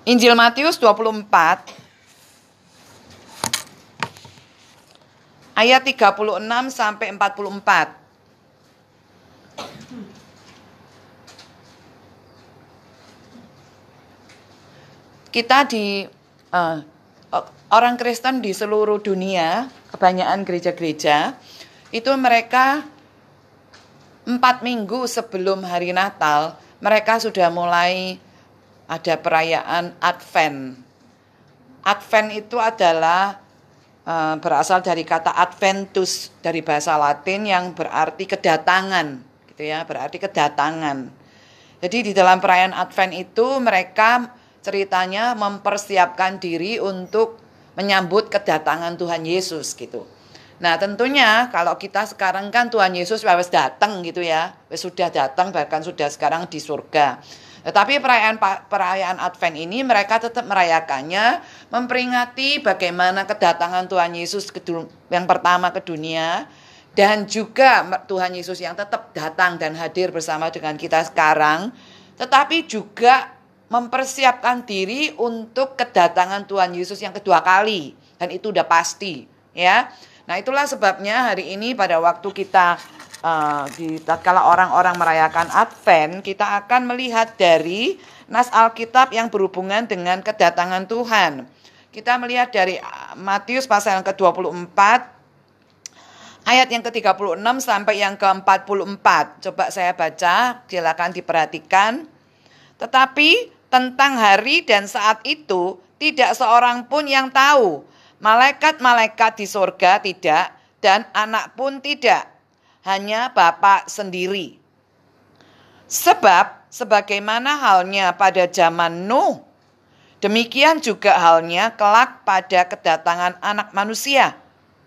Injil Matius 24 ayat 36 sampai 44. Kita orang Kristen di seluruh dunia, kebanyakan gereja-gereja itu mereka 4 minggu sebelum hari Natal mereka sudah mulai ada perayaan Advent. Advent itu adalah berasal dari kata Adventus dari bahasa Latin yang berarti kedatangan, gitu ya, berarti kedatangan. Jadi di dalam perayaan Advent itu mereka ceritanya mempersiapkan diri untuk menyambut kedatangan Tuhan Yesus gitu. Nah tentunya kalau kita sekarang kan Tuhan Yesus wis datang gitu ya, wis sudah datang bahkan sudah sekarang di surga. Tetapi perayaan Advent ini mereka tetap merayakannya, memperingati bagaimana kedatangan Tuhan Yesus yang pertama ke dunia, dan juga Tuhan Yesus yang tetap datang dan hadir bersama dengan kita sekarang, tetapi juga mempersiapkan diri untuk kedatangan Tuhan Yesus yang kedua kali, dan itu udah pasti ya. Nah itulah sebabnya hari ini pada waktu kita tatkala orang-orang merayakan Advent, kita akan melihat dari nas Alkitab yang berhubungan dengan kedatangan Tuhan. Kita melihat dari Matius pasal yang ke-24 ayat yang ke-36 sampai yang ke-44. Coba saya baca, silakan diperhatikan. Tetapi tentang hari dan saat itu tidak seorang pun yang tahu. Malaikat-malaikat di surga tidak, dan anak pun tidak. Hanya Bapa sendiri. Sebab sebagaimana halnya pada zaman Nuh, demikian juga halnya kelak pada kedatangan Anak Manusia.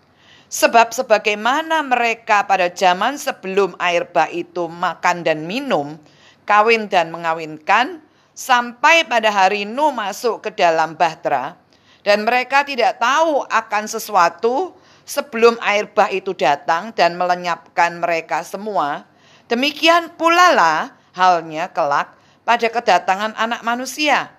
Sebab sebagaimana mereka pada zaman sebelum air bah itu makan dan minum, kawin dan mengawinkan, sampai pada hari Nuh masuk ke dalam bahtera, dan mereka tidak tahu akan sesuatu sebelum air bah itu datang dan melenyapkan mereka semua, demikian pula lah halnya kelak pada kedatangan Anak Manusia.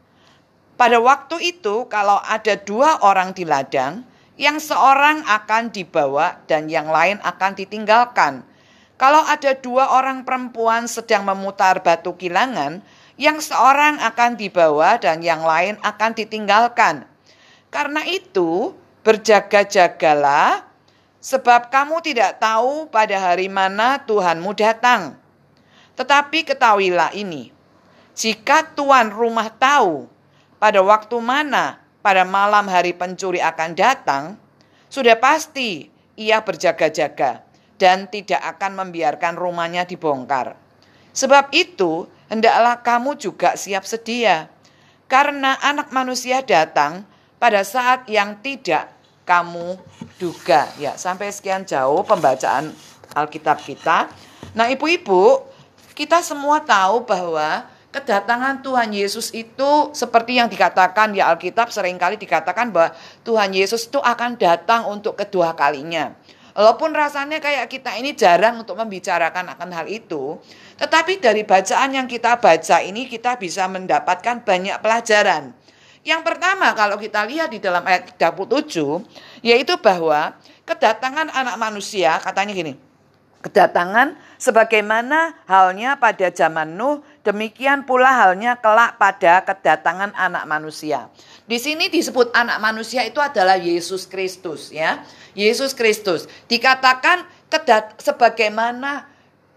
Pada waktu itu kalau ada 2 orang di ladang, yang seorang akan dibawa dan yang lain akan ditinggalkan. Kalau ada 2 orang perempuan sedang memutar batu kilangan, yang seorang akan dibawa dan yang lain akan ditinggalkan. Karena itu berjaga-jagalah, sebab kamu tidak tahu pada hari mana Tuhanmu datang. Tetapi ketahuilah ini, jika tuan rumah tahu pada waktu mana pada malam hari pencuri akan datang, sudah pasti ia berjaga-jaga dan tidak akan membiarkan rumahnya dibongkar. Sebab itu, hendaklah kamu juga siap sedia, karena Anak Manusia datang pada saat yang tidak kamu duga. Ya, sampai sekian jauh pembacaan Alkitab kita. Nah, ibu-ibu, kita semua tahu bahwa kedatangan Tuhan Yesus itu seperti yang dikatakan di Alkitab, seringkali dikatakan bahwa Tuhan Yesus itu akan datang untuk kedua kalinya. Walaupun rasanya kayak kita ini jarang untuk membicarakan akan hal itu, tetapi dari bacaan yang kita baca ini kita bisa mendapatkan banyak pelajaran. Yang pertama kalau kita lihat di dalam ayat 37, yaitu bahwa kedatangan Anak Manusia, katanya gini, kedatangan sebagaimana halnya pada zaman Nuh, demikian pula halnya kelak pada kedatangan Anak Manusia. Di sini disebut Anak Manusia itu adalah Yesus Kristus ya. Yesus Kristus dikatakan sebagaimana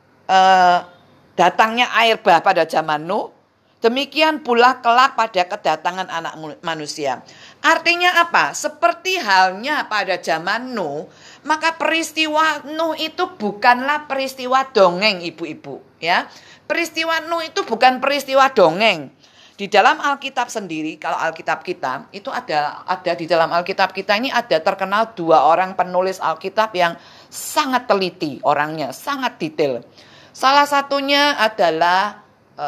datangnya air bah pada zaman Nuh, demikian pula kelak pada kedatangan Anak Manusia. Artinya apa? Seperti halnya pada zaman Nuh, maka peristiwa Nuh itu bukanlah peristiwa dongeng, ibu-ibu ya. Peristiwa Nuh itu bukan peristiwa dongeng. Di dalam Alkitab sendiri, kalau Alkitab kita itu ada di dalam Alkitab kita ini ada terkenal 2 orang penulis Alkitab yang sangat teliti orangnya, sangat detail. Salah satunya adalah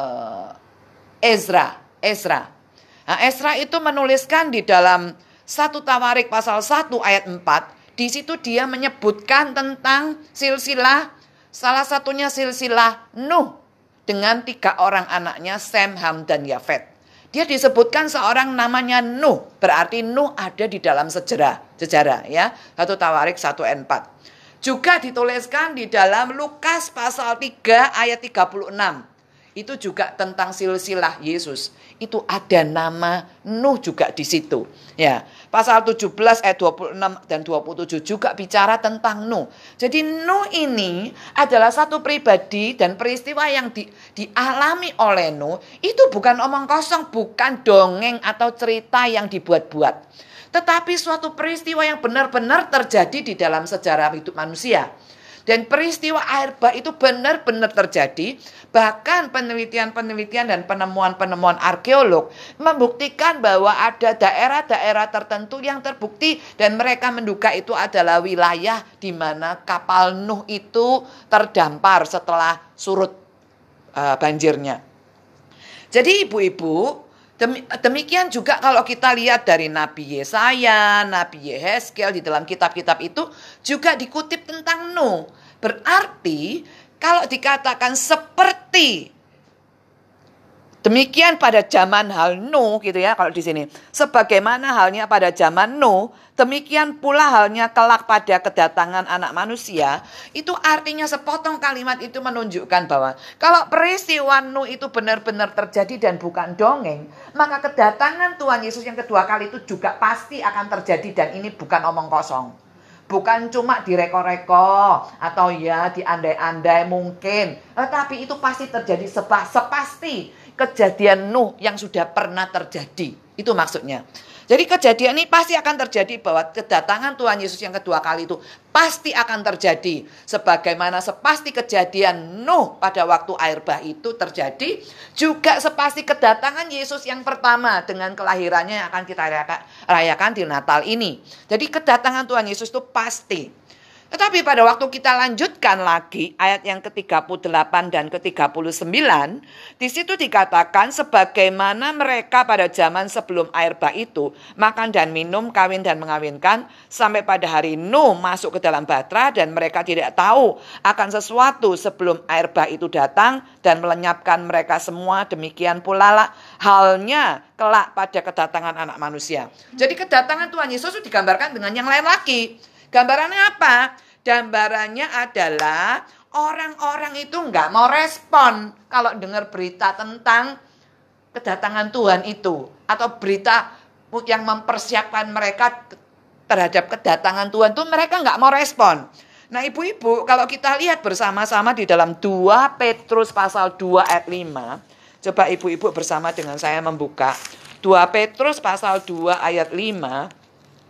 Ezra. Nah, Ezra itu menuliskan di dalam 1 Tawarik pasal 1 ayat 4, di situ dia menyebutkan tentang silsilah, salah satunya silsilah Nuh dengan 3 orang anaknya, Sem, Ham, dan Yafet. Dia disebutkan seorang namanya Nuh. Berarti Nuh ada di dalam sejarah ya. 1 Tawarik 1:4. Juga dituliskan di dalam Lukas pasal 3 ayat 36. Itu juga tentang silsilah Yesus. Itu ada nama Nuh juga di situ. Ya, pasal 17 ayat 26 dan 27 juga bicara tentang Nuh. Jadi Nuh ini adalah satu pribadi dan peristiwa yang dialami oleh Nuh. Itu bukan omong kosong, bukan dongeng atau cerita yang dibuat-buat. Tetapi suatu peristiwa yang benar-benar terjadi di dalam sejarah hidup manusia. Dan peristiwa air bah itu benar-benar terjadi. Bahkan penelitian-penelitian dan penemuan-penemuan arkeolog membuktikan bahwa ada daerah-daerah tertentu yang terbukti. Dan mereka menduga itu adalah wilayah di mana kapal Nuh itu terdampar setelah surut banjirnya. Jadi ibu-ibu, demikian juga kalau kita lihat dari Nabi Yesaya, Nabi Yehezkiel di dalam kitab-kitab itu juga dikutip tentang Nuh. Berarti kalau dikatakan seperti demikian pada zaman hal Nuh gitu ya, kalau di sini sebagaimana halnya pada zaman Nuh, demikian pula halnya kelak pada kedatangan anak manusia. Itu artinya sepotong kalimat itu menunjukkan bahwa kalau peristiwa Nuh itu benar-benar terjadi dan bukan dongeng, maka kedatangan Tuhan Yesus yang kedua kali itu juga pasti akan terjadi. Dan ini bukan omong kosong, bukan cuma direko-reko atau ya diandai-andai mungkin, tetapi itu pasti terjadi sepasti kejadian Nuh yang sudah pernah terjadi. Itu maksudnya. Jadi kejadian ini pasti akan terjadi, bahwa kedatangan Tuhan Yesus yang kedua kali itu pasti akan terjadi. Sebagaimana sepasti kejadian Nuh pada waktu air bah itu terjadi, juga sepasti kedatangan Yesus yang pertama dengan kelahirannya yang akan kita rayakan di Natal ini. Jadi kedatangan Tuhan Yesus itu pasti. Tetapi pada waktu kita lanjutkan lagi ayat yang ke-38 dan ke-39, di situ dikatakan sebagaimana mereka pada zaman sebelum air bah itu makan dan minum, kawin dan mengawinkan, sampai pada hari Nuh masuk ke dalam bahtera, dan mereka tidak tahu akan sesuatu sebelum air bah itu datang dan melenyapkan mereka semua. Demikian pula lah halnya kelak pada kedatangan anak manusia. Jadi kedatangan Tuhan Yesus itu digambarkan dengan yang lain lagi. Gambarannya apa? Gambarannya adalah orang-orang itu nggak mau respon kalau dengar berita tentang kedatangan Tuhan itu, atau berita yang mempersiapkan mereka terhadap kedatangan Tuhan itu, mereka nggak mau respon. Nah ibu-ibu, kalau kita lihat bersama-sama di dalam 2 Petrus pasal 2 ayat 5, coba ibu-ibu bersama dengan saya membuka 2 Petrus pasal 2 ayat 5.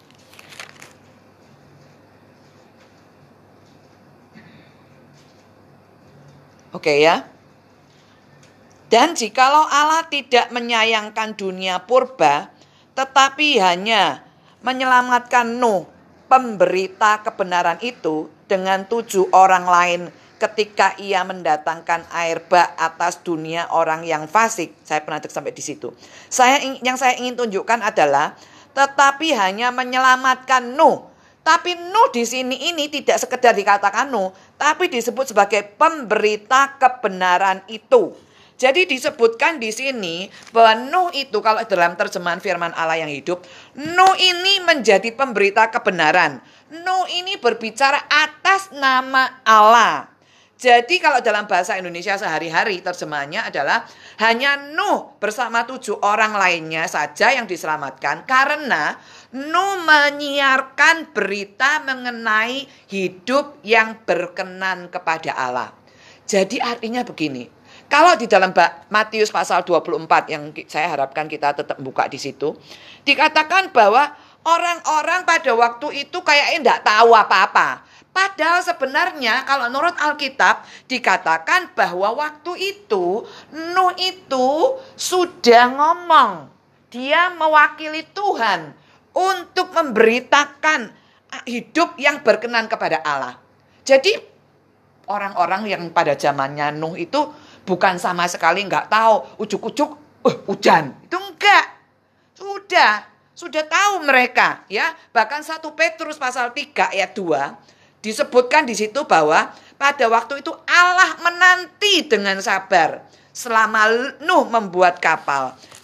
Oke ya. Dan jikalau Allah tidak menyayangkan dunia purba, tetapi hanya menyelamatkan Nuh, pemberita kebenaran itu, dengan 7 orang lain ketika ia mendatangkan air bah atas dunia orang yang fasik. Saya pernah sampai di situ. Yang saya ingin tunjukkan adalah tetapi hanya menyelamatkan Nuh. Tapi Nuh di sini ini tidak sekedar dikatakan Nuh, tapi disebut sebagai pemberita kebenaran itu. Jadi disebutkan di sini bahwa Nuh itu, kalau dalam terjemahan firman Allah yang hidup, Nuh ini menjadi pemberita kebenaran. Nuh ini berbicara atas nama Allah. Jadi kalau dalam bahasa Indonesia sehari-hari terjemahannya adalah hanya Nuh bersama 7 orang lainnya saja yang diselamatkan, karena Nuh menyiarkan berita mengenai hidup yang berkenan kepada Allah. Jadi artinya begini, kalau di dalam Matius pasal 24 yang saya harapkan kita tetap buka di situ, dikatakan bahwa orang-orang pada waktu itu kayaknya tidak tahu apa-apa. Padahal sebenarnya kalau menurut Alkitab dikatakan bahwa waktu itu Nuh itu sudah ngomong. Dia mewakili Tuhan untuk memberitakan hidup yang berkenan kepada Allah. Jadi orang-orang yang pada zamannya Nuh itu bukan sama sekali nggak tahu, ujuk-ujuk hujan. Itu enggak. Sudah tahu mereka ya. Bahkan 1 Petrus pasal 3 ayat 2 disebutkan di situ bahwa pada waktu itu Allah menanti dengan sabar selama Nuh membuat kapal.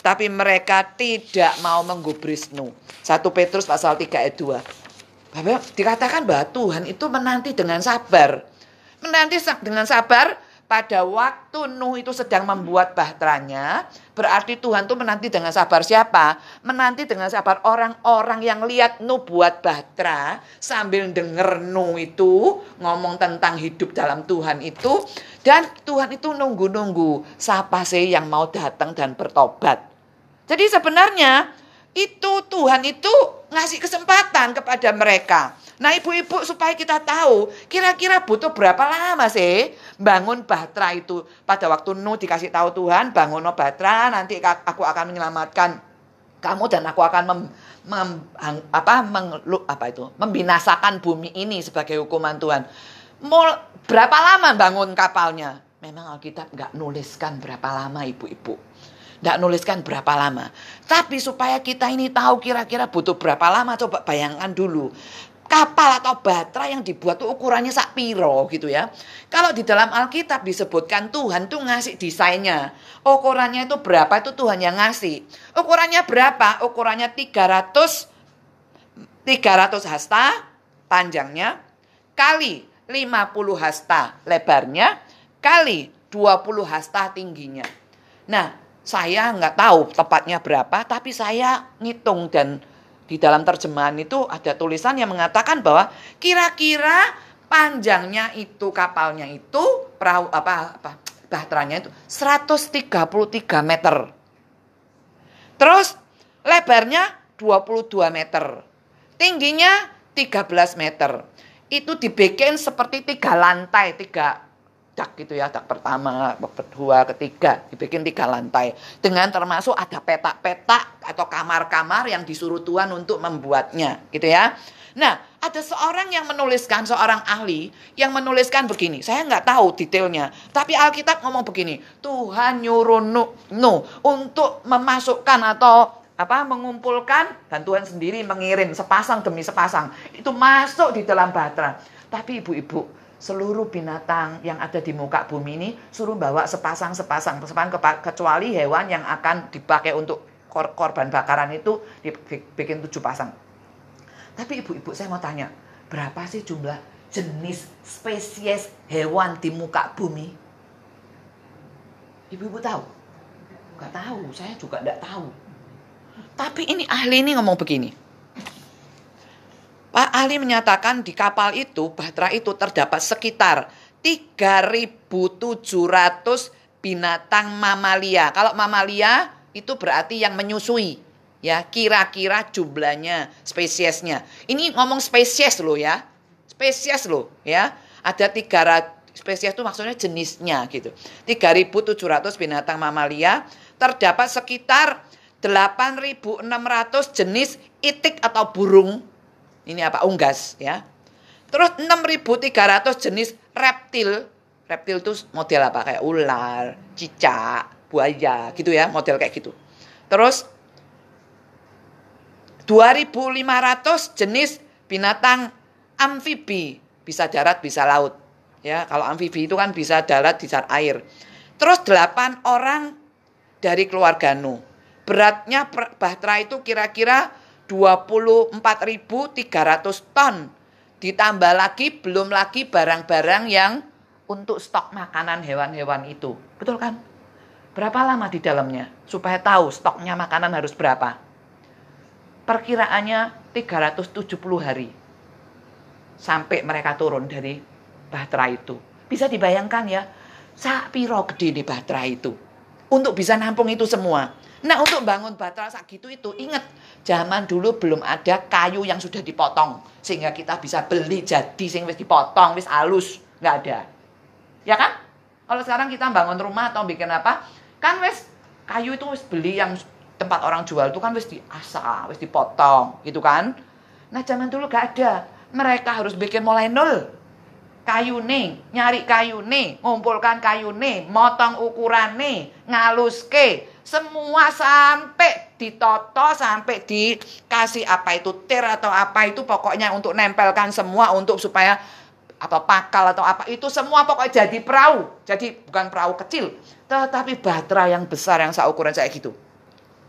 tapi mereka tidak mau menggubris Nuh. 1 Petrus pasal 3 ayat 2. Bapak, dikatakan bahwa Tuhan itu menanti dengan sabar. Menanti dengan sabar pada waktu Nuh itu sedang membuat bahteranya. Berarti Tuhan itu menanti dengan sabar siapa? Menanti dengan sabar orang-orang yang lihat Nuh buat bahtera. Sambil denger Nuh itu ngomong tentang hidup dalam Tuhan itu. Dan Tuhan itu nunggu-nunggu siapa sih yang mau datang dan bertobat. Jadi sebenarnya itu Tuhan itu ngasih kesempatan kepada mereka. Nah ibu-ibu, supaya kita tahu kira-kira butuh berapa lama sih bangun bahtera itu. Pada waktu Nuh dikasih tahu Tuhan, bangun bahtera, nanti aku akan menyelamatkan kamu dan aku akan membinasakan bumi ini sebagai hukuman Tuhan. Berapa lama bangun kapalnya? Memang Alkitab nggak nuliskan berapa lama ibu-ibu. Nggak nuliskan berapa lama. Tapi supaya kita ini tahu kira-kira butuh berapa lama, coba bayangkan dulu. Kapal atau bahtera yang dibuat tuh ukurannya sak piro gitu ya. Kalau di dalam Alkitab disebutkan Tuhan tuh ngasih desainnya. Ukurannya itu berapa itu Tuhan yang ngasih. Ukurannya berapa? Ukurannya 300 hasta panjangnya kali 50 hasta lebarnya kali 20 hasta tingginya. Nah, saya nggak tahu tepatnya berapa, tapi saya ngitung dan di dalam terjemahan itu ada tulisan yang mengatakan bahwa kira-kira panjangnya itu kapalnya itu bahteranya itu 133 meter. Terus lebarnya 22 meter. Tingginya 13 meter. Itu dibikin seperti 3 lantai, 3 dak gitu ya, dak pertama, kedua, ketiga, dibikin 3 lantai. Dengan termasuk ada petak-petak atau kamar-kamar yang disuruh Tuhan untuk membuatnya, gitu ya. Nah, ada seorang yang menuliskan, seorang ahli yang menuliskan begini. Saya nggak tahu detailnya, tapi Alkitab ngomong begini. Tuhan nyuruh Nuh untuk memasukkan atau mengumpulkan, dan Tuhan sendiri mengirim sepasang demi sepasang. Itu masuk di dalam bahtera. Tapi ibu-ibu, seluruh binatang yang ada di muka bumi ini suruh bawa sepasang kecuali hewan yang akan dipakai untuk korban bakaran itu dibikin 7 pasang. Tapi ibu-ibu, saya mau tanya, berapa sih jumlah jenis spesies hewan di muka bumi? Ibu-ibu tahu? Gak tahu, saya juga gak tahu. Tapi ini ahli ini ngomong begini. Pak ahli menyatakan di kapal itu, bahtera itu terdapat sekitar 3.700 binatang mamalia. Kalau mamalia itu berarti yang menyusui. Ya, kira-kira jumlahnya, spesiesnya. Ini ngomong spesies loh ya. Spesies loh ya. Ada 300 spesies itu maksudnya jenisnya gitu. 3.700 binatang mamalia, terdapat sekitar 8.600 jenis itik atau burung. Ini unggas ya. Terus 6.300 jenis reptil. Reptil itu model apa? Kayak ular, cicak, buaya gitu ya, model kayak gitu. Terus 2.500 jenis binatang amfibi, bisa darat, bisa laut. Ya, kalau amfibi itu kan bisa darat, bisa air. Terus 8 orang dari keluarga Nuh. Beratnya bahtera itu kira-kira 24.300 ton. Ditambah lagi, belum lagi barang-barang yang untuk stok makanan hewan-hewan itu. Betul kan? Berapa lama di dalamnya? Supaya tahu stoknya makanan harus berapa. Perkiraannya 370 hari. Sampai mereka turun dari bahtera itu. Bisa dibayangkan ya, sak piro gede di bahtera itu. Untuk bisa nampung itu semua. Nah, untuk bangun bahtera segitu itu, ingat, zaman dulu belum ada kayu yang sudah dipotong. Sehingga kita bisa beli jadi sing wis dipotong, wis halus. Nggak ada. Ya kan? Kalau sekarang kita bangun rumah atau bikin apa, kan wis kayu itu wis beli yang tempat orang jual itu kan wis diasah, wis dipotong, gitu kan? Nah, zaman dulu nggak ada. Mereka harus bikin mulai nol. Kayune, nyari kayune, ngumpulkan kayune, motong ukurane, ngaluske, semua sampai ditoto, sampai dikasih apa itu tir atau apa itu, pokoknya untuk nempelkan semua untuk supaya pakal atau apa itu semua pokoknya jadi perahu. Jadi bukan perahu kecil, tetapi bahtera yang besar yang seukuran kayak gitu.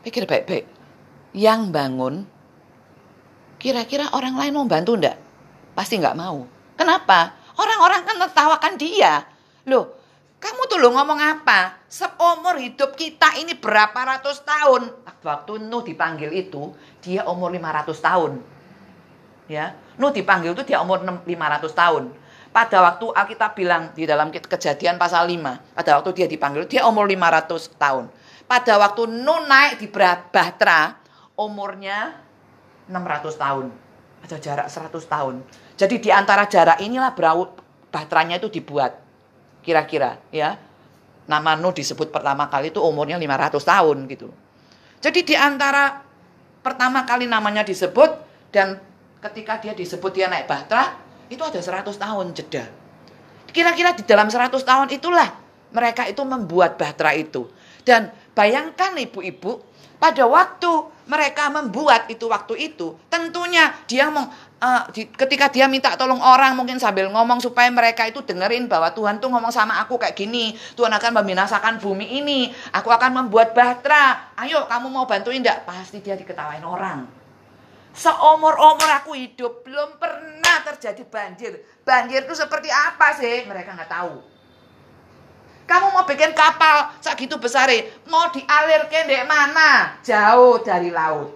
Pikir baik-baik. Yang bangun, kira-kira orang lain mau bantu enggak? Pasti enggak mau. Kenapa? Orang-orang kan tertawakan dia. Loh, kamu tuh ngomong apa? Seumur hidup kita ini berapa ratus tahun. Waktu Nuh dipanggil itu, dia umur 500 tahun. Ya, Nuh dipanggil itu dia umur 500 tahun. Pada waktu Alkitab bilang di dalam Kejadian pasal 5, pada waktu dia dipanggil, dia umur 500 tahun. Pada waktu Nuh naik di Bahtera, umurnya 600 tahun. Ada jarak 100 tahun. Jadi di antara jarak inilah Bahteranya itu dibuat. Kira-kira ya. Nama Nuh disebut pertama kali itu umurnya 500 tahun gitu. Jadi di antara pertama kali namanya disebut dan ketika dia disebut dia naik Bahtera, itu ada 100 tahun jeda. Kira-kira di dalam 100 tahun itulah mereka itu membuat Bahtera itu. Dan bayangkan ibu-ibu, pada waktu mereka membuat itu waktu itu, tentunya dia ketika dia minta tolong orang mungkin sambil ngomong supaya mereka itu dengerin bahwa Tuhan tuh ngomong sama aku kayak gini. Tuhan akan membinasakan bumi ini. Aku akan membuat Bahtera. Ayo kamu mau bantuin enggak? Pasti dia diketawain orang. Seumur-umur aku hidup belum pernah terjadi banjir. Banjir itu seperti apa sih? Mereka nggak tahu. Kamu mau bikin kapal segitu besar, mau dialirkan di mana? Jauh dari laut.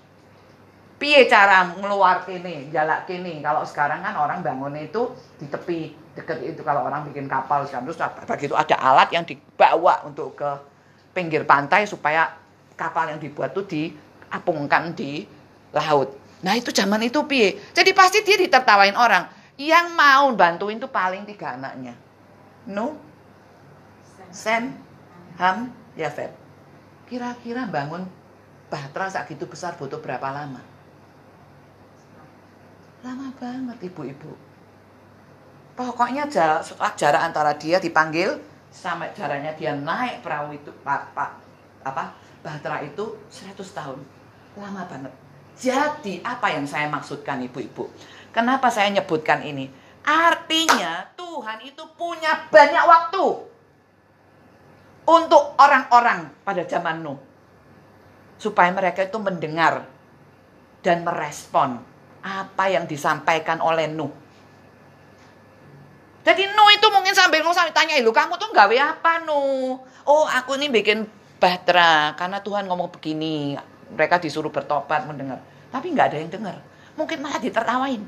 Piye cara ngeluar kini, jalak kini? Kalau sekarang kan orang bangun itu di tepi dekat itu kalau orang bikin kapal sekarang terus begitu ada alat yang dibawa untuk ke pinggir pantai supaya kapal yang dibuat itu diapungkan di laut. Nah itu zaman itu piye? Jadi pasti dia ditertawain orang. Yang mau bantuin itu paling 3 anaknya. Nuh, Sem, Ham, Yafet. Kira-kira bangun Bahtera segitu besar butuh berapa lama? Lama banget ibu-ibu. Pokoknya jarak antara dia dipanggil sampai jaraknya dia naik perahu itu Bahtera itu 100 tahun. Lama banget. Jadi apa yang saya maksudkan ibu-ibu? Kenapa saya nyebutkan ini? Artinya Tuhan itu punya banyak waktu untuk orang-orang pada zaman Nuh. Supaya mereka itu mendengar dan merespon apa yang disampaikan oleh Nuh. Jadi Nuh itu mungkin sambil tanya, lu kamu tuh gawe apa Nuh? Oh aku ini bikin Bahtera karena Tuhan ngomong begini. Mereka disuruh bertobat mendengar. Tapi nggak ada yang dengar. Mungkin malah ditertawain.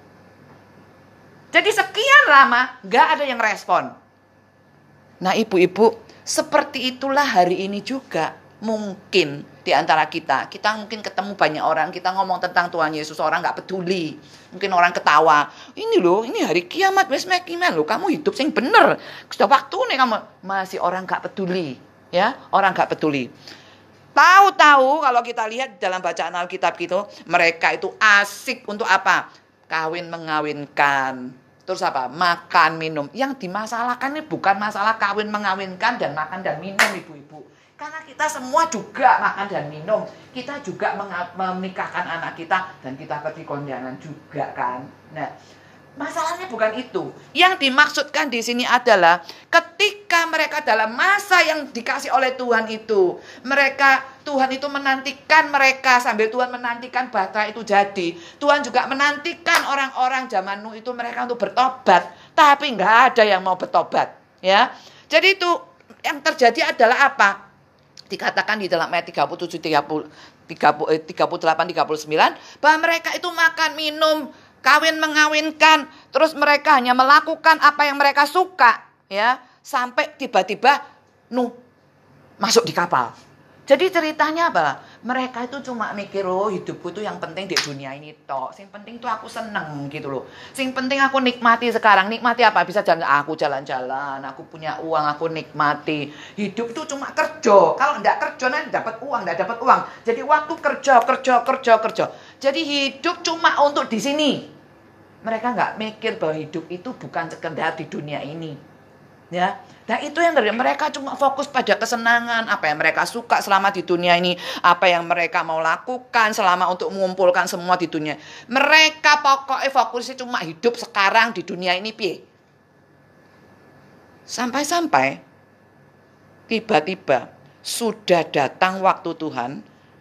Jadi sekian lama nggak ada yang respon. Nah ibu-ibu, seperti itulah hari ini juga. Mungkin di antara kita mungkin ketemu banyak orang, kita ngomong tentang Tuhan Yesus, orang nggak peduli. Mungkin orang ketawa. Ini loh, ini hari kiamat, wes mekiman loh. Kamu hidup sing bener. Sudah waktu nih kamu. Masih orang nggak peduli. Ya, orang nggak peduli. Tahu-tahu kalau kita lihat dalam bacaan Alkitab gitu, mereka itu asik untuk apa? Kawin mengawinkan. Terus apa? Makan, minum. Yang dimasalahkan ini bukan masalah kawin mengawinkan dan makan dan minum ibu-ibu. Karena kita semua juga makan dan minum. Kita juga menikahkan anak kita dan kita pergi kondangan juga kan. Nah, masalahnya bukan itu. Yang dimaksudkan di sini adalah ketika mereka dalam masa yang dikasih oleh Tuhan itu, Tuhan itu menantikan mereka sambil Tuhan menantikan Bahtera itu jadi. Tuhan juga menantikan orang-orang zaman Nuh itu mereka untuk bertobat, tapi nggak ada yang mau bertobat, ya. Jadi itu yang terjadi adalah apa? Dikatakan di dalam ayat 37, 38, 39 bahwa mereka itu makan, minum, kawin mengawinkan, terus mereka hanya melakukan apa yang mereka suka, ya, sampai tiba-tiba Nuh masuk di kapal. Jadi ceritanya apa? Mereka itu cuma mikir, oh hidupku tuh yang penting di dunia ini tok. Sing penting tuh aku seneng gitu loh. Sing penting aku nikmati sekarang. Nikmati apa? Bisa aku jalan-jalan, aku punya uang, aku nikmati. Hidup tuh cuma kerja. Kalau enggak kerja nanti dapat uang, enggak dapat uang. Jadi waktu kerja. Jadi hidup cuma untuk di sini. Mereka nggak mikir bahwa hidup itu bukan sekedar di dunia ini. Ya, nah itu yang terjadi. Mereka cuma fokus pada kesenangan, apa yang mereka suka selama di dunia ini, apa yang mereka mau lakukan selama untuk mengumpulkan semua di dunia. Mereka pokoknya fokusnya cuma hidup sekarang di dunia ini piye. Sampai-sampai tiba-tiba sudah datang waktu Tuhan,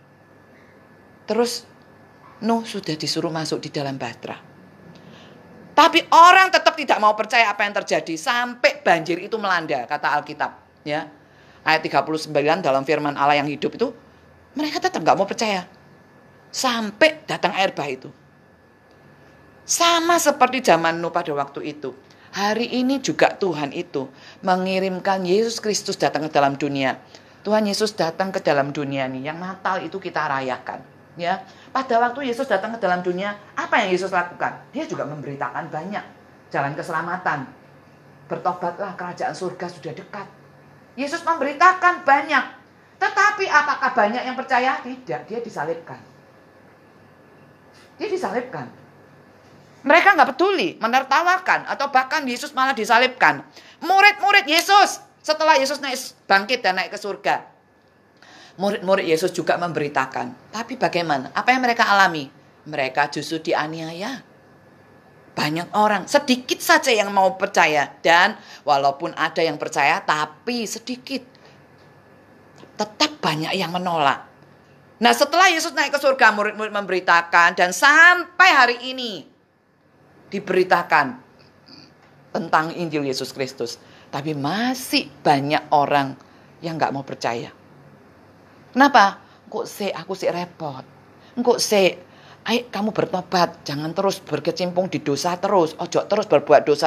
terus Nuh sudah disuruh masuk di dalam bahtera. Tapi orang tetap tidak mau percaya apa yang terjadi sampai banjir itu melanda, kata Alkitab. Ya, ayat 39 dalam firman Allah yang hidup itu, mereka tetap gak mau percaya. Sampai datang air bah itu. Sama seperti zaman Nuh pada waktu itu. Hari ini juga Tuhan itu mengirimkan Yesus Kristus datang ke dalam dunia. Tuhan Yesus datang ke dalam dunia nih. Yang Natal itu kita rayakan. Ya, pada waktu Yesus datang ke dalam dunia, apa yang Yesus lakukan? Dia juga memberitakan banyak jalan keselamatan. Bertobatlah, kerajaan surga sudah dekat. Yesus memberitakan banyak. Tetapi apakah banyak yang percaya? Tidak, dia disalibkan. Dia disalibkan. Mereka nggak peduli, menertawakan, atau bahkan Yesus malah disalibkan. Murid-murid Yesus, setelah Yesus bangkit dan naik ke surga, murid-murid Yesus juga memberitakan. Tapi bagaimana? Apa yang mereka alami? Mereka justru dianiaya. Banyak orang, sedikit saja yang mau percaya. Dan walaupun ada yang percaya, tapi sedikit. Tetap banyak yang menolak. Nah, setelah Yesus naik ke surga, murid-murid memberitakan. Dan sampai hari ini diberitakan tentang Injil Yesus Kristus. Tapi masih banyak orang yang gak mau percaya. Kenapa? Aku repot. Ayo kamu bertobat. Jangan terus berkecimpung di dosa terus. Ojo terus berbuat dosa.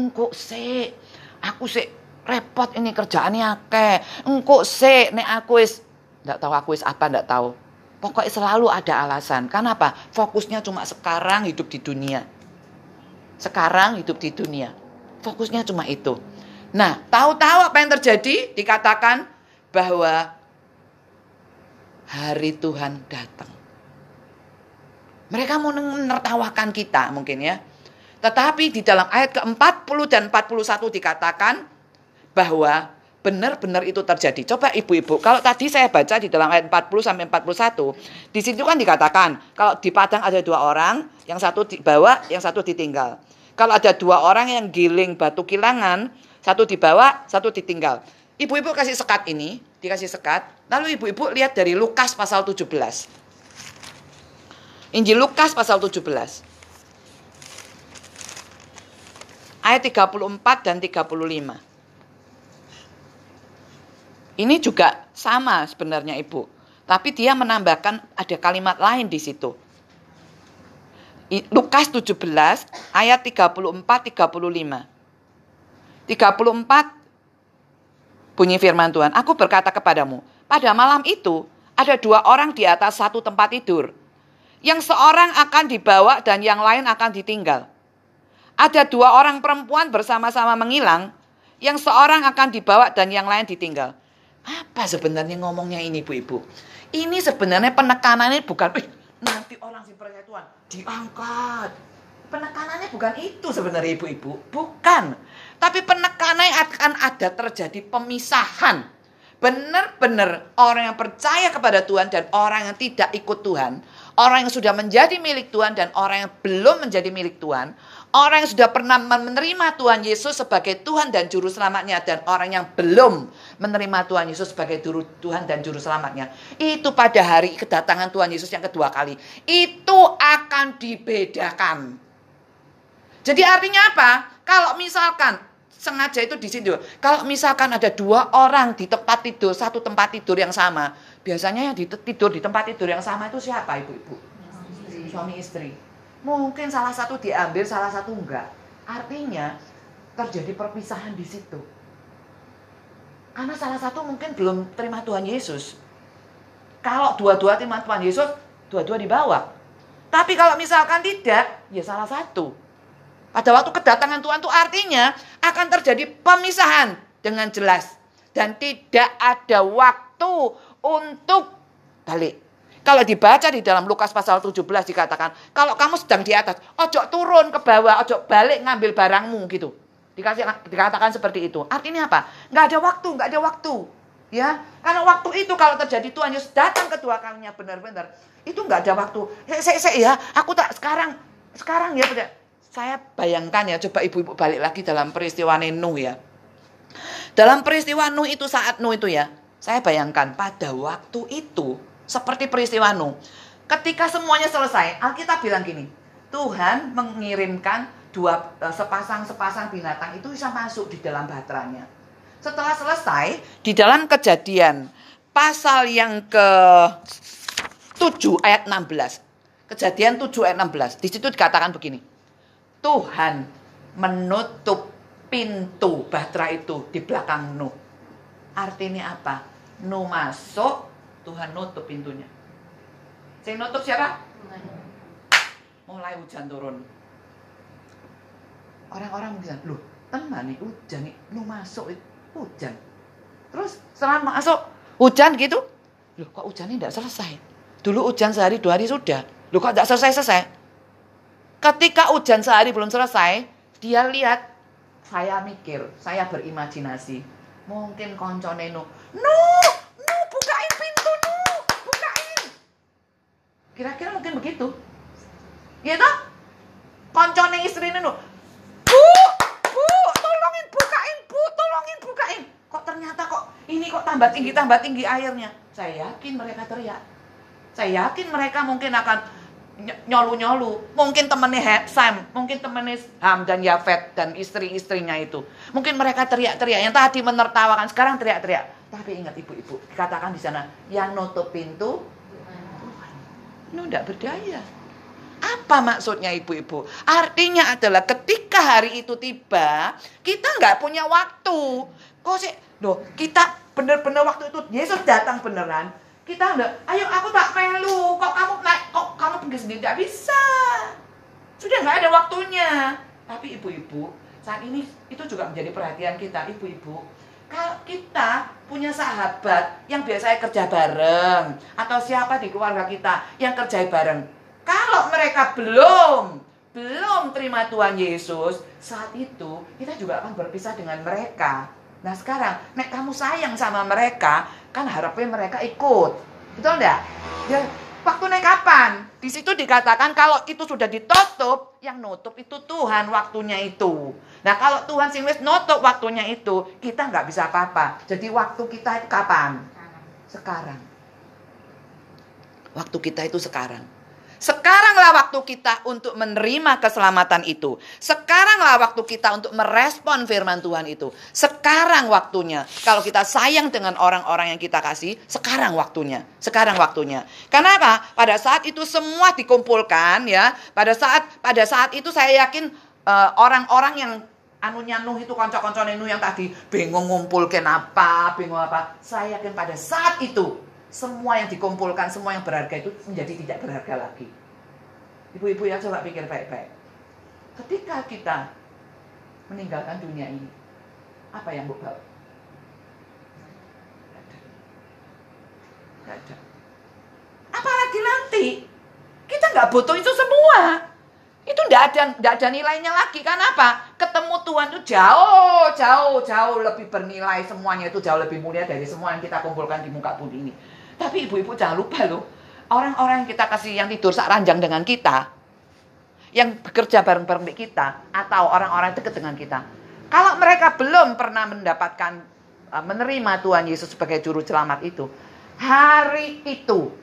Aku repot ini kerjaannya akeh. Nek aku nggak tahu aku apa, nggak tahu. Pokoknya selalu ada alasan. Kenapa? Fokusnya cuma sekarang hidup di dunia. Sekarang hidup di dunia. Fokusnya cuma itu. Nah, tahu-tahu apa yang terjadi? Dikatakan bahwa hari Tuhan datang. Mereka mau menertawakan kita mungkin ya. Tetapi di dalam ayat ke-40 dan 41 dikatakan bahwa benar-benar itu terjadi. Coba ibu-ibu, kalau tadi saya baca di dalam ayat 40 sampai 41, di situ kan dikatakan kalau di padang ada 2 orang, yang satu dibawa, yang satu ditinggal. Kalau ada 2 orang yang giling batu kilangan, satu dibawa, satu ditinggal. Ibu-ibu kasih sekat ini, dikasih sekat. Lalu ibu-ibu lihat dari Lukas pasal 17. Injil Lukas pasal 17. Ayat 34 dan 35. Ini juga sama sebenarnya ibu. Tapi dia menambahkan ada kalimat lain di situ. Lukas 17 ayat 34-35. 34 bunyi firman Tuhan. Aku berkata kepadamu, pada malam itu ada 2 orang di atas satu tempat tidur. Yang seorang akan dibawa dan yang lain akan ditinggal. Ada 2 orang perempuan bersama-sama mengilang. Yang seorang akan dibawa dan yang lain ditinggal. Apa sebenarnya ngomongnya ini ibu-ibu? Ini sebenarnya penekanannya bukan nanti orang si percaya Tuhan diangkat. Penekanannya bukan itu sebenarnya ibu-ibu. Bukan. Tapi penekanannya akan ada terjadi pemisahan. Benar-benar orang yang percaya kepada Tuhan dan orang yang tidak ikut Tuhan. Orang yang sudah menjadi milik Tuhan dan orang yang belum menjadi milik Tuhan. Orang yang sudah pernah menerima Tuhan Yesus sebagai Tuhan dan Juru Selamatnya. Dan orang yang belum menerima Tuhan Yesus sebagai Tuhan dan Juru Selamatnya. Itu pada hari kedatangan Tuhan Yesus yang kedua kali. Itu akan dibedakan. Jadi artinya apa? Kalau misalkan, sengaja itu di sini. Kalau misalkan ada 2 orang di tempat tidur, satu tempat tidur yang sama. Biasanya yang tidur di tempat tidur yang sama itu siapa ibu-ibu? Suami istri. Mungkin salah satu diambil, salah satu enggak. Artinya terjadi perpisahan di situ. Karena salah satu mungkin belum terima Tuhan Yesus. Kalau dua-dua terima Tuhan Yesus, dua-dua dibawa. Tapi kalau misalkan tidak, ya salah satu. Pada waktu kedatangan Tuhan itu artinya akan terjadi pemisahan dengan jelas. Dan tidak ada waktu untuk balik. Kalau dibaca di dalam Lukas pasal 17 dikatakan, kalau kamu sedang di atas, ojo turun ke bawah, ojo balik ngambil barangmu gitu. Dikatakan seperti itu. Artinya apa? Nggak ada waktu. Ya, karena waktu itu kalau terjadi Tuhan Yesus datang kedua kalinya benar-benar, itu nggak ada waktu. Aku tak sekarang ya. Saya bayangkan ya, coba ibu-ibu balik lagi dalam peristiwa Nuh ya. Dalam peristiwa Nuh itu saat Nuh itu ya, Saya bayangkan pada waktu itu, seperti peristiwa Nuh, ketika semuanya selesai, Alkitab bilang gini, Tuhan mengirimkan sepasang binatang itu bisa masuk di dalam bahtera-Nya. Setelah selesai, di dalam Kejadian pasal yang ke-7 ayat 16. Kejadian 7 ayat 16. Di situ dikatakan begini. Tuhan menutup pintu bahtera itu di belakang Nuh. Artinya apa? Nuh masuk, Tuhan nutup pintunya. Yang nutup siapa? Mulai hujan turun. Orang-orang bilang, loh, teman nih hujan nih, Nuh masuk hujan. Terus setelah masuk hujan gitu, loh kok hujannya tidak selesai? Dulu hujan sehari 2 hari sudah, loh kok tidak selesai? Ketika hujan sehari belum selesai, dia lihat, saya mikir, saya berimajinasi, mungkin koncone Nuh, bukain pintu Nuh, bukain. Kira-kira mungkin begitu. Ya toh? Koncone istrine Nuh, Bu, tolongin bukain. Kok ternyata ini tambah tinggi airnya. Saya yakin mereka teriak. Saya yakin mereka mungkin akan nyolu-nyolu. Mungkin temannya Sam, mungkin temannya Ham dan Yafet dan istri-istrinya itu. Mungkin mereka teriak-teriak. Yang tadi menertawakan, sekarang teriak-teriak. Tapi ingat ibu-ibu, dikatakan di sana, yang nutup pintu Tuhan. Nuh tidak berdaya. Apa maksudnya ibu-ibu? Artinya adalah ketika hari itu tiba, kita nggak punya waktu. Kok sih? Loh, kita benar-benar waktu itu Yesus datang beneran. Kita udah, ayo aku tak perlu. Kok kamu naik? Kok kamu pergi sendiri? Tidak bisa. Sudah nggak ada waktunya. Tapi ibu-ibu, saat ini itu juga menjadi perhatian kita, ibu-ibu. Kalau kita punya sahabat yang biasanya kerja bareng, atau siapa di keluarga kita yang kerja bareng, kalau mereka belum terima Tuhan Yesus, saat itu kita juga akan berpisah dengan mereka. Nah sekarang, nek kamu sayang sama mereka, kan harapnya mereka ikut. Betul enggak? Ya, waktu nek kapan? Di situ dikatakan kalau itu sudah ditutup, yang nutup itu Tuhan waktunya itu. Nah kalau Tuhan sing wis nutup waktunya itu, kita nggak bisa apa-apa. Jadi waktu kita itu kapan? Sekarang. Waktu kita itu sekarang. Sekaranglah waktu kita untuk menerima keselamatan itu. Sekaranglah waktu kita untuk merespon firman Tuhan itu. Sekarang waktunya. Kalau kita sayang dengan orang-orang yang kita kasih, sekarang waktunya. Sekarang waktunya. Karena apa? Pada saat itu semua dikumpulkan ya. Pada saat itu saya yakin orang-orang yang anunya Nuh itu konco-koncone Nuh yang tadi bingung ngumpulkan apa, bingung apa. Saya yakin pada saat itu semua yang dikumpulkan, semua yang berharga itu menjadi tidak berharga lagi. Ibu-ibu ya coba pikir baik-baik. Ketika kita meninggalkan dunia ini, apa yang Bu bawa? Gak ada. Apalagi nanti, kita nggak butuh itu semua. Itu nggak ada nilainya lagi. Kenapa? Ketemu Tuhan itu jauh lebih bernilai, semuanya itu jauh lebih mulia dari semua yang kita kumpulkan di muka bumi ini. Tapi ibu-ibu jangan lupa loh, orang-orang yang kita kasih yang tidur sak ranjang dengan kita, yang bekerja bareng-bareng dengan kita, atau orang-orang dekat dengan kita, kalau mereka belum pernah mendapatkan menerima Tuhan Yesus sebagai juru selamat itu, hari itu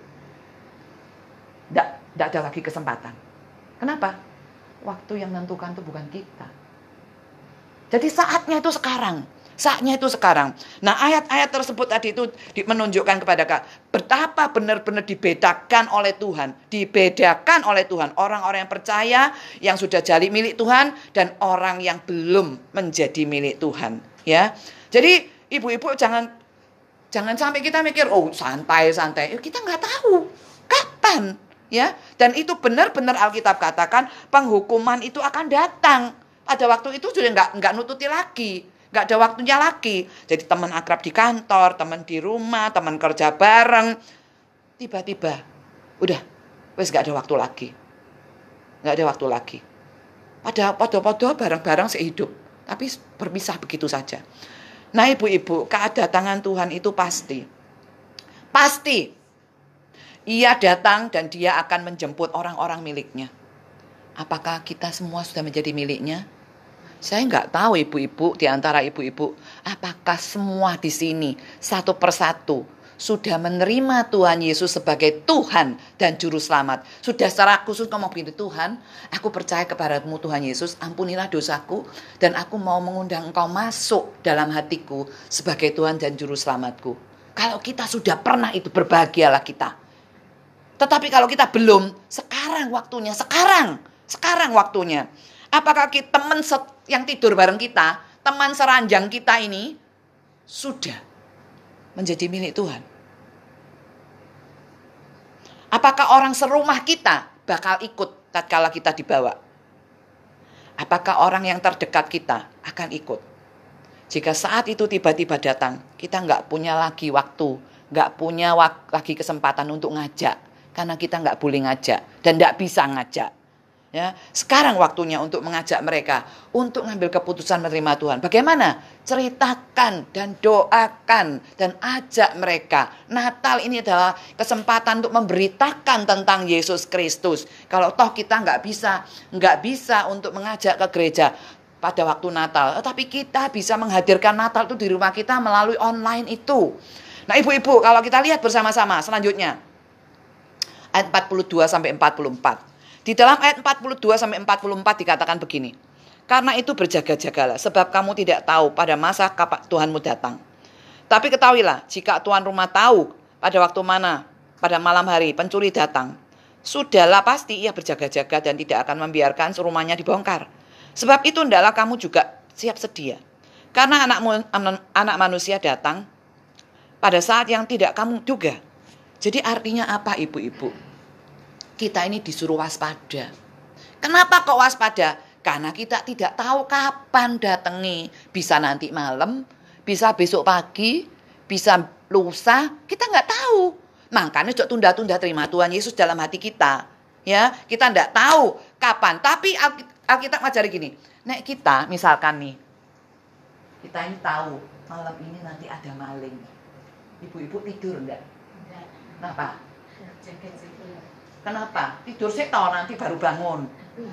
tidak ada lagi kesempatan. Kenapa? Waktu yang menentukan itu bukan kita. Jadi saatnya itu sekarang. Saatnya itu sekarang. Nah ayat-ayat tersebut tadi itu menunjukkan kepada betapa benar-benar dibedakan oleh Tuhan. Dibedakan oleh Tuhan. Orang-orang yang percaya, yang sudah jadi milik Tuhan, dan orang yang belum menjadi milik Tuhan. Ya, jadi ibu-ibu jangan sampai kita mikir, oh santai-santai. Kita nggak tahu kapan. Ya, dan itu benar-benar Alkitab katakan penghukuman itu akan datang. Pada waktu itu sudah nggak nututi lagi. Gak ada waktunya lagi. Jadi teman akrab di kantor, teman di rumah, teman kerja bareng. Tiba-tiba, udah, wes gak ada waktu lagi. Gak ada waktu lagi. Pada bareng-bareng sehidup. Tapi berpisah begitu saja. Nah ibu-ibu, kedatangan Tuhan itu pasti. Pasti. Ia datang dan dia akan menjemput orang-orang miliknya. Apakah kita semua sudah menjadi miliknya? Saya nggak tahu ibu-ibu, di antara ibu-ibu, apakah semua di sini satu persatu sudah menerima Tuhan Yesus sebagai Tuhan dan Juru Selamat. Sudah secara khusus ngomong begini, Tuhan, aku percaya kepadamu Tuhan Yesus, ampunilah dosaku, dan aku mau mengundang engkau masuk dalam hatiku sebagai Tuhan dan Juru Selamatku. Kalau kita sudah pernah itu, berbahagialah kita. Tetapi kalau kita belum, sekarang waktunya, sekarang waktunya. Apakah kita, teman yang tidur bareng kita, teman seranjang kita ini, sudah menjadi milik Tuhan? Apakah orang serumah kita bakal ikut tatkala kita dibawa? Apakah orang yang terdekat kita akan ikut? Jika saat itu tiba-tiba datang, kita nggak punya lagi waktu, nggak punya lagi kesempatan untuk ngajak, karena kita nggak boleh ngajak dan nggak bisa ngajak. Ya, sekarang waktunya untuk mengajak mereka untuk ngambil keputusan menerima Tuhan. Bagaimana? Ceritakan dan doakan dan ajak mereka. Natal ini adalah kesempatan untuk memberitakan tentang Yesus Kristus. Kalau toh kita nggak bisa untuk mengajak ke gereja pada waktu Natal, tetapi kita bisa menghadirkan Natal itu di rumah kita melalui online itu. Nah, ibu-ibu, kalau kita lihat bersama-sama selanjutnya ayat 42 sampai 44. Di dalam ayat 42 sampai 44 dikatakan begini. Karena itu berjaga-jagalah, sebab kamu tidak tahu pada masa kapan Tuhanmu datang. Tapi ketahuilah, jika tuan rumah tahu pada waktu mana, pada malam hari pencuri datang, sudahlah pasti ia berjaga-jaga dan tidak akan membiarkan rumahnya dibongkar. Sebab itu hendaklah kamu juga siap sedia. Karena anak manusia datang pada saat yang tidak kamu duga. Jadi artinya apa, ibu-ibu? Kita ini disuruh waspada. Kenapa kok waspada? Karena kita tidak tahu kapan datangi. Bisa nanti malam, bisa besok pagi, bisa lusa. Kita nggak tahu. Makanya jangan tunda-tunda terima Tuhan Yesus dalam hati kita. Ya, kita nggak tahu kapan. Tapi Alkitab ngajari gini. Nek kita misalkan nih, kita ini tahu malam ini nanti ada maling. Ibu-ibu tidur enggak? Kenapa? Kenapa? Tidur sih tahu nanti baru bangun.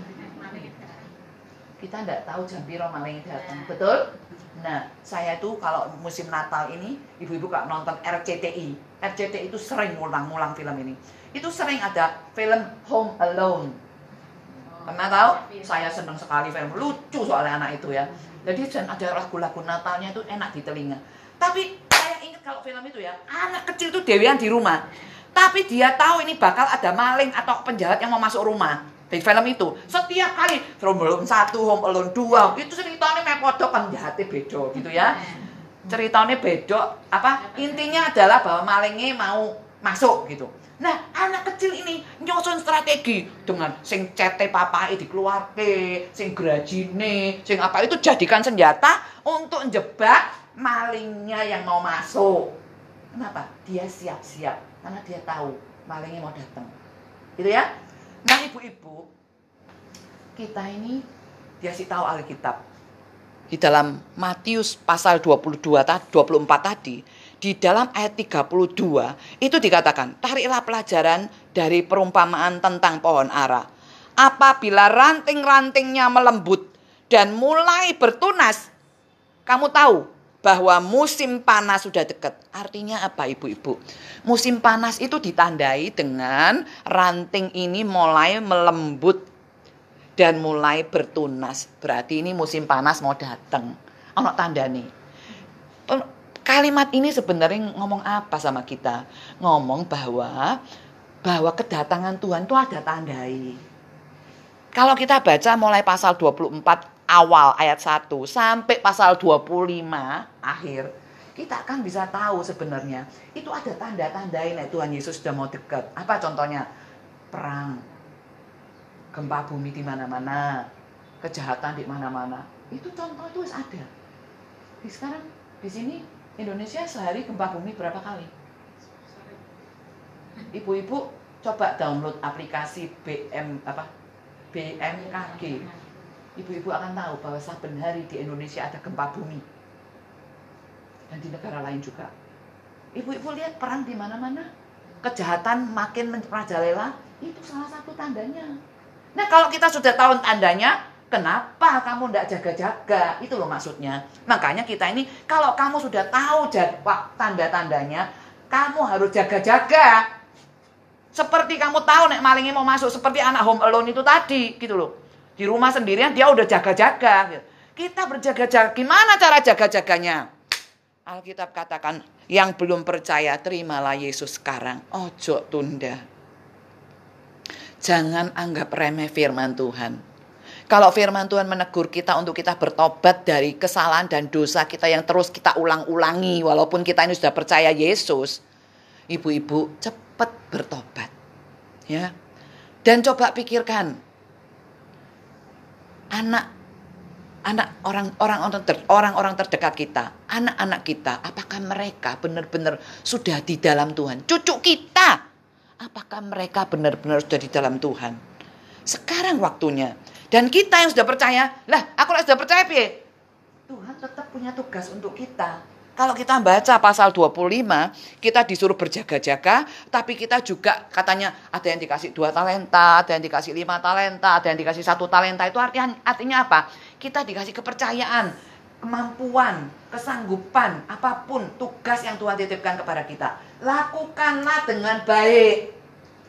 Kita enggak tahu jam piro maling datang, betul? Nah, saya tuh kalau musim Natal ini, ibu-ibu kalau nonton RCTI itu sering ngulang-ngulang film ini. Itu sering ada film Home Alone. Pernah tahu? Saya senang sekali film, lucu soalnya anak itu ya. Jadi ada lagu-lagu Natalnya itu enak di telinga. Tapi saya ingat kalau film itu ya, anak kecil itu dewean di rumah. Tapi dia tahu ini bakal ada maling atau penjahat yang mau masuk rumah. Di film itu, setiap kali Home Alone 1, Home Alone 2, itu ceritanya mepodok penjahatnya bedo gitu ya. Ceritanya bedo, intinya adalah bahwa malingnya mau masuk gitu. Nah, anak kecil ini nyusun strategi dengan sing cete papai dikeluarke, sing grajine, sing apa itu jadikan senjata untuk jebak malingnya yang mau masuk. Kenapa? Dia siap-siap. Karena dia tahu malingnya mau datang. Gitu ya. Nah, ibu-ibu, kita ini dikasih tahu Alkitab. Di dalam Matius pasal 24 tadi, di dalam ayat 32 itu dikatakan, tariklah pelajaran dari perumpamaan tentang pohon ara. Apabila ranting-rantingnya melembut dan mulai bertunas, kamu tahu bahwa musim panas sudah dekat. Artinya apa, ibu-ibu? Musim panas itu ditandai dengan ranting ini mulai melembut dan mulai bertunas. Berarti ini musim panas mau datang. Ono tandane. Kalimat ini sebenarnya ngomong apa sama kita? Ngomong bahwa kedatangan Tuhan itu ada tandai. Kalau kita baca mulai pasal 24 awal ayat 1 sampai pasal 25 akhir, kita akan bisa tahu sebenarnya itu ada tanda-tandain Tuhan Yesus sudah mau dekat. Apa contohnya? Perang, gempa bumi di mana-mana, kejahatan di mana-mana. Itu contoh itu ada. Sekarang di sini Indonesia sehari gempa bumi berapa kali? Ibu-ibu coba download aplikasi BMKG. Ibu-ibu akan tahu bahwa saben hari di Indonesia ada gempa bumi. Dan di negara lain juga. Ibu-ibu lihat perang di mana-mana. Kejahatan makin merajalela. Itu salah satu tandanya. Nah, kalau kita sudah tahu tandanya, Kenapa kamu tidak jaga-jaga? Itu loh maksudnya. Makanya kita ini, kalau kamu sudah tahu tanda-tandanya, kamu harus jaga-jaga. Seperti kamu tahu nek malingnya mau masuk, seperti anak home alone itu tadi, gitu loh. Di rumah sendirian dia udah jaga-jaga. Kita berjaga-jaga. Gimana cara jaga-jaganya? Alkitab katakan, yang belum percaya terimalah Yesus sekarang. Ojo tunda. Jangan anggap remeh firman Tuhan. Kalau firman Tuhan menegur kita untuk kita bertobat dari kesalahan dan dosa kita yang terus kita ulang-ulangi, walaupun kita ini sudah percaya Yesus, ibu-ibu cepat bertobat, ya. Dan coba pikirkan, orang-orang terdekat kita, anak-anak kita, apakah mereka benar-benar sudah di dalam Tuhan? Cucu kita, apakah mereka benar-benar sudah di dalam Tuhan? Sekarang waktunya. Dan kita yang sudah percaya, lah aku sudah percaya piye? Tuhan tetap punya tugas untuk kita. Kalau kita baca pasal 25, kita disuruh berjaga-jaga, tapi kita juga katanya ada yang dikasih 2 talenta, ada yang dikasih 5 talenta, ada yang dikasih 1 talenta. Itu artinya apa? Kita dikasih kepercayaan, kemampuan, kesanggupan, apapun tugas yang Tuhan titipkan kepada kita. Lakukanlah dengan baik.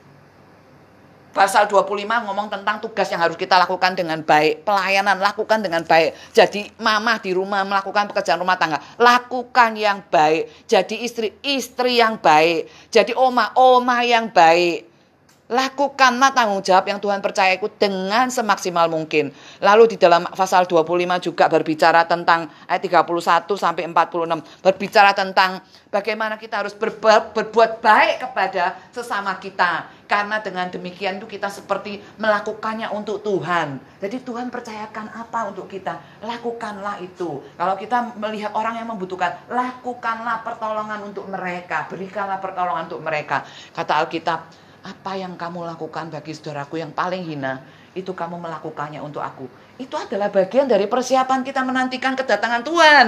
Pasal 25 ngomong tentang tugas yang harus kita lakukan dengan baik. Pelayanan lakukan dengan baik. Jadi mama di rumah melakukan pekerjaan rumah tangga, lakukan yang baik. Jadi istri yang baik. Jadi oma yang baik. Lakukanlah tanggung jawab yang Tuhan percayakan dengan semaksimal mungkin. Lalu di dalam pasal 25 juga berbicara tentang ayat 31 sampai 46. Berbicara tentang bagaimana kita harus berbuat baik kepada sesama kita. Karena dengan demikian itu kita seperti melakukannya untuk Tuhan. Jadi Tuhan percayakan apa untuk kita, lakukanlah itu. Kalau kita melihat orang yang membutuhkan, lakukanlah pertolongan untuk mereka. Berikanlah pertolongan untuk mereka. Kata Alkitab, apa yang kamu lakukan bagi saudaraku yang paling hina, itu kamu melakukannya untuk aku. Itu adalah bagian dari persiapan kita menantikan kedatangan Tuhan.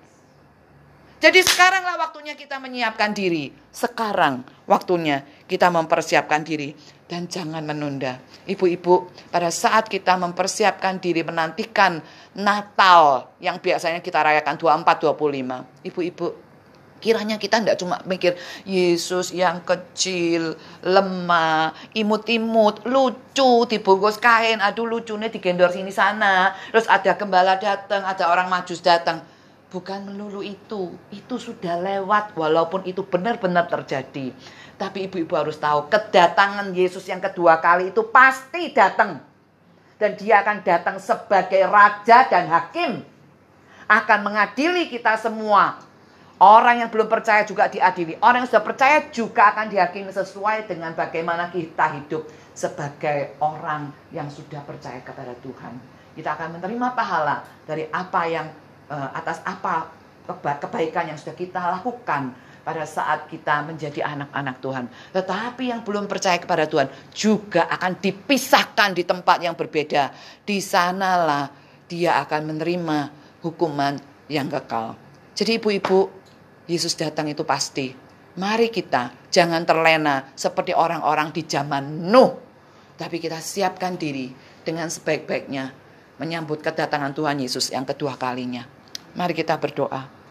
Jadi sekaranglah waktunya kita menyiapkan diri. Sekarang waktunya kita mempersiapkan diri. Dan jangan menunda. Ibu-ibu, pada saat kita mempersiapkan diri menantikan Natal yang biasanya kita rayakan 24-25. Ibu-ibu, kiranya kita tidak cuma mikir Yesus yang kecil, lemah, imut-imut, lucu, dibungkus kain, aduh lucunya digendor sini sana. Terus ada gembala datang, ada orang majus datang. Bukan melulu itu sudah lewat walaupun itu benar-benar terjadi. Tapi ibu-ibu harus tahu kedatangan Yesus yang kedua kali itu pasti datang. Dan dia akan datang sebagai raja dan hakim. Akan mengadili kita semua. Orang yang belum percaya juga diadili. Orang yang sudah percaya juga akan dihakimi sesuai dengan bagaimana kita hidup sebagai orang yang sudah percaya kepada Tuhan. Kita akan menerima pahala dari apa yang atas apa kebaikan yang sudah kita lakukan pada saat kita menjadi anak-anak Tuhan. Tetapi yang belum percaya kepada Tuhan juga akan dipisahkan di tempat yang berbeda. Di sanalah dia akan menerima hukuman yang kekal. Jadi ibu-ibu, Yesus datang itu pasti. Mari kita jangan terlena seperti orang-orang di zaman Nuh. Tapi kita siapkan diri dengan sebaik-baiknya menyambut kedatangan Tuhan Yesus yang kedua kalinya. Mari kita berdoa.